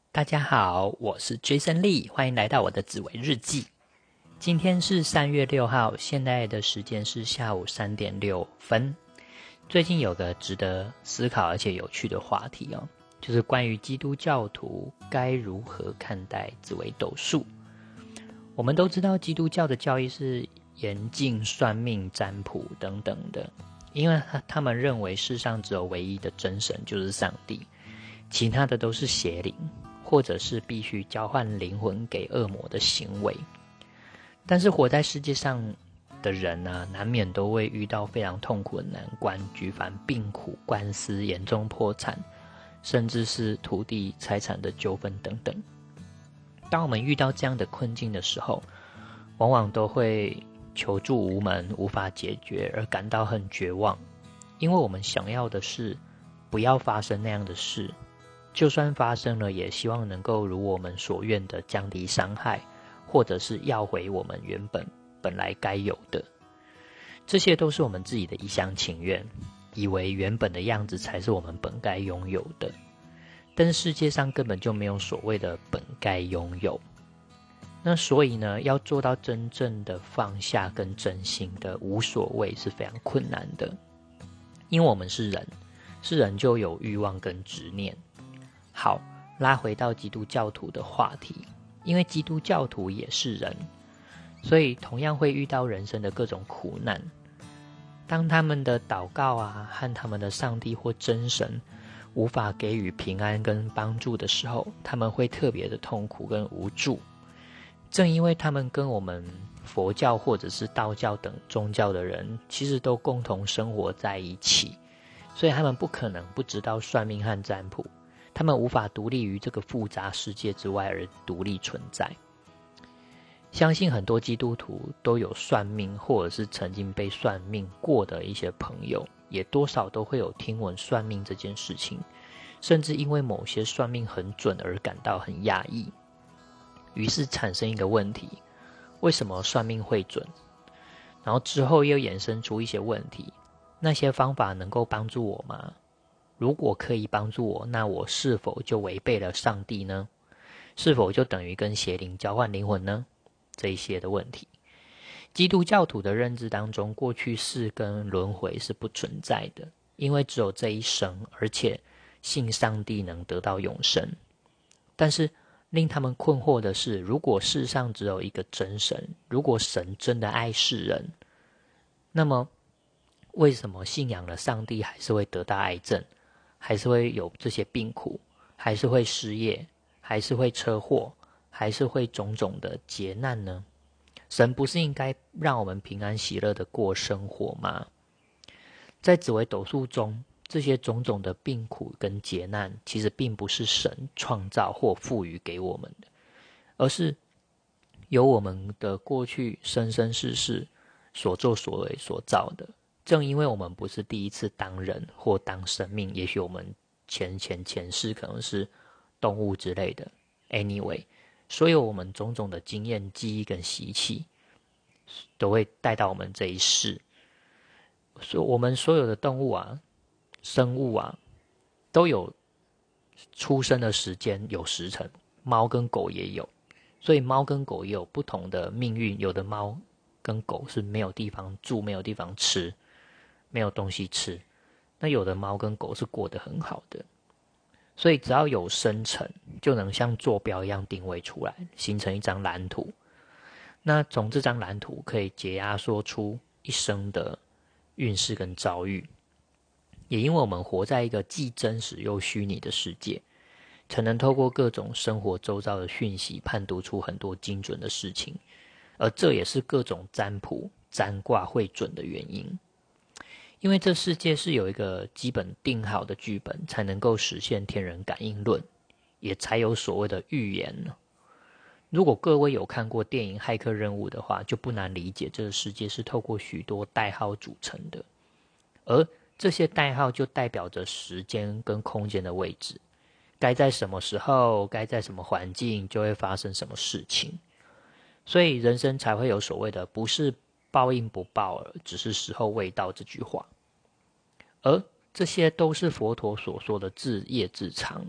大家好，我是 Jason Lee， 欢迎来到我的紫微日记。今天是3月6号，现在的时间是下午3点6分。最近有个值得思考而且有趣的话题就是关于基督教徒该如何看待紫微斗数。我们都知道基督教的教义是严禁算命、占卜等等的，因为他们认为世上只有唯一的真神就是上帝，其他的都是邪灵，或者是必须交换灵魂给恶魔的行为。但是活在世界上的人难免都会遇到非常痛苦的难关，举凡病苦、官司、严重破产，甚至是土地财产的纠纷等等。当我们遇到这样的困境的时候，往往都会求助无门，无法解决，而感到很绝望。因为我们想要的是不要发生那样的事，就算发生了，也希望能够如我们所愿的降低伤害，或者是要回我们本来该有的。这些都是我们自己的一厢情愿，以为原本的样子才是我们本该拥有的。但是世界上根本就没有所谓的本该拥有。那所以呢，要做到真正的放下跟真心的无所谓是非常困难的。因为我们是人就有欲望跟执念。好，拉回到基督教徒的话题，因为基督教徒也是人，所以同样会遇到人生的各种苦难。当他们的祷告和他们的上帝或真神无法给予平安跟帮助的时候，他们会特别的痛苦跟无助。正因为他们跟我们佛教或者是道教等宗教的人其实都共同生活在一起，所以他们不可能不知道算命和占卜，他们无法独立于这个复杂世界之外而独立存在。相信很多基督徒都有算命，或者是曾经被算命过的一些朋友，也多少都会有听闻算命这件事情，甚至因为某些算命很准而感到很讶异。于是产生一个问题，为什么算命会准？然后之后又衍生出一些问题，那些方法能够帮助我吗？如果可以帮助我，那我是否就违背了上帝呢？是否就等于跟邪灵交换灵魂呢？这一些的问题，基督教徒的认知当中，过去世跟轮回是不存在的，因为只有这一生，而且信上帝能得到永生。但是令他们困惑的是，如果世上只有一个真神，如果神真的爱世人，那么为什么信仰了上帝还是会得到癌症，还是会有这些病苦，还是会失业，还是会车祸，还是会种种的劫难呢？神不是应该让我们平安喜乐的过生活吗？在紫微斗数中，这些种种的病苦跟劫难，其实并不是神创造或赋予给我们的，而是由我们的过去生生世世所作所为所造的。正因为我们不是第一次当人或当生命，也许我们前世可能是动物之类的 anyway， 所有我们种种的经验、记忆跟习气都会带到我们这一世。我们所有的动物生物都有出生的时间，有时辰，猫跟狗也有，所以猫跟狗也有不同的命运。有的猫跟狗是没有地方住，没有地方吃，没有东西吃，那有的猫跟狗是过得很好的。所以只要有生辰，就能像坐标一样定位出来，形成一张蓝图。那从这张蓝图可以解压缩出一生的运势跟遭遇。也因为我们活在一个既真实又虚拟的世界，才能透过各种生活周遭的讯息判读出很多精准的事情，而这也是各种占卜占卦会准的原因。因为这世界是有一个基本定好的剧本，才能够实现天人感应论，也才有所谓的预言。如果各位有看过电影《骇客任务》的话，就不难理解这个世界是透过许多代号组成的，而这些代号就代表着时间跟空间的位置，该在什么时候，该在什么环境，就会发生什么事情。所以人生才会有所谓的不是报应不报，只是时候未到这句话。而这些都是佛陀所说的自业自偿了。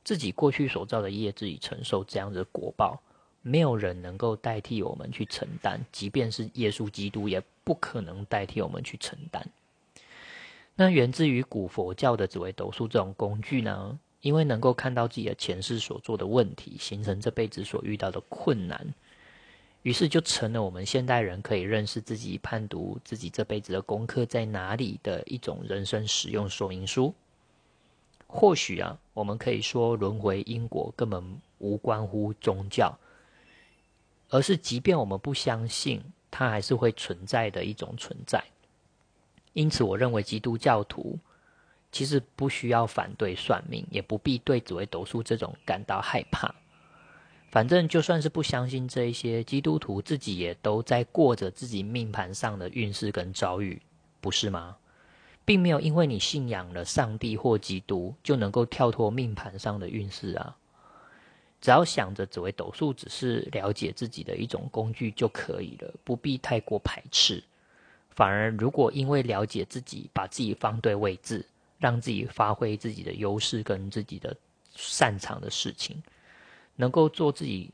自己过去所造的业，自己承受这样的果报，没有人能够代替我们去承担，即便是耶稣基督也不可能代替我们去承担。那源自于古佛教的紫微斗数这种工具呢，因为能够看到自己的前世所做的问题，形成这辈子所遇到的困难，于是就成了我们现代人可以认识自己、判读自己这辈子的功课在哪里的一种人生使用说明书。或许啊，我们可以说轮回因果根本无关乎宗教，而是即便我们不相信，它还是会存在的一种存在。因此我认为基督教徒其实不需要反对算命，也不必对紫微斗数这种感到害怕。反正就算是不相信这一些，基督徒自己也都在过着自己命盘上的运势跟遭遇，不是吗？并没有因为你信仰了上帝或基督，就能够跳脱命盘上的运势啊。只要想着紫微斗数只是了解自己的一种工具就可以了，不必太过排斥。反而如果因为了解自己，把自己放对位置，让自己发挥自己的优势跟自己的擅长的事情，能够做自己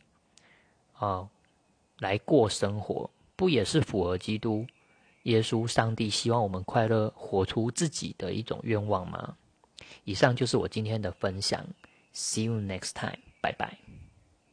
来过生活，不也是符合基督耶稣上帝希望我们快乐活出自己的一种愿望吗？以上就是我今天的分享。See you next time. 拜拜。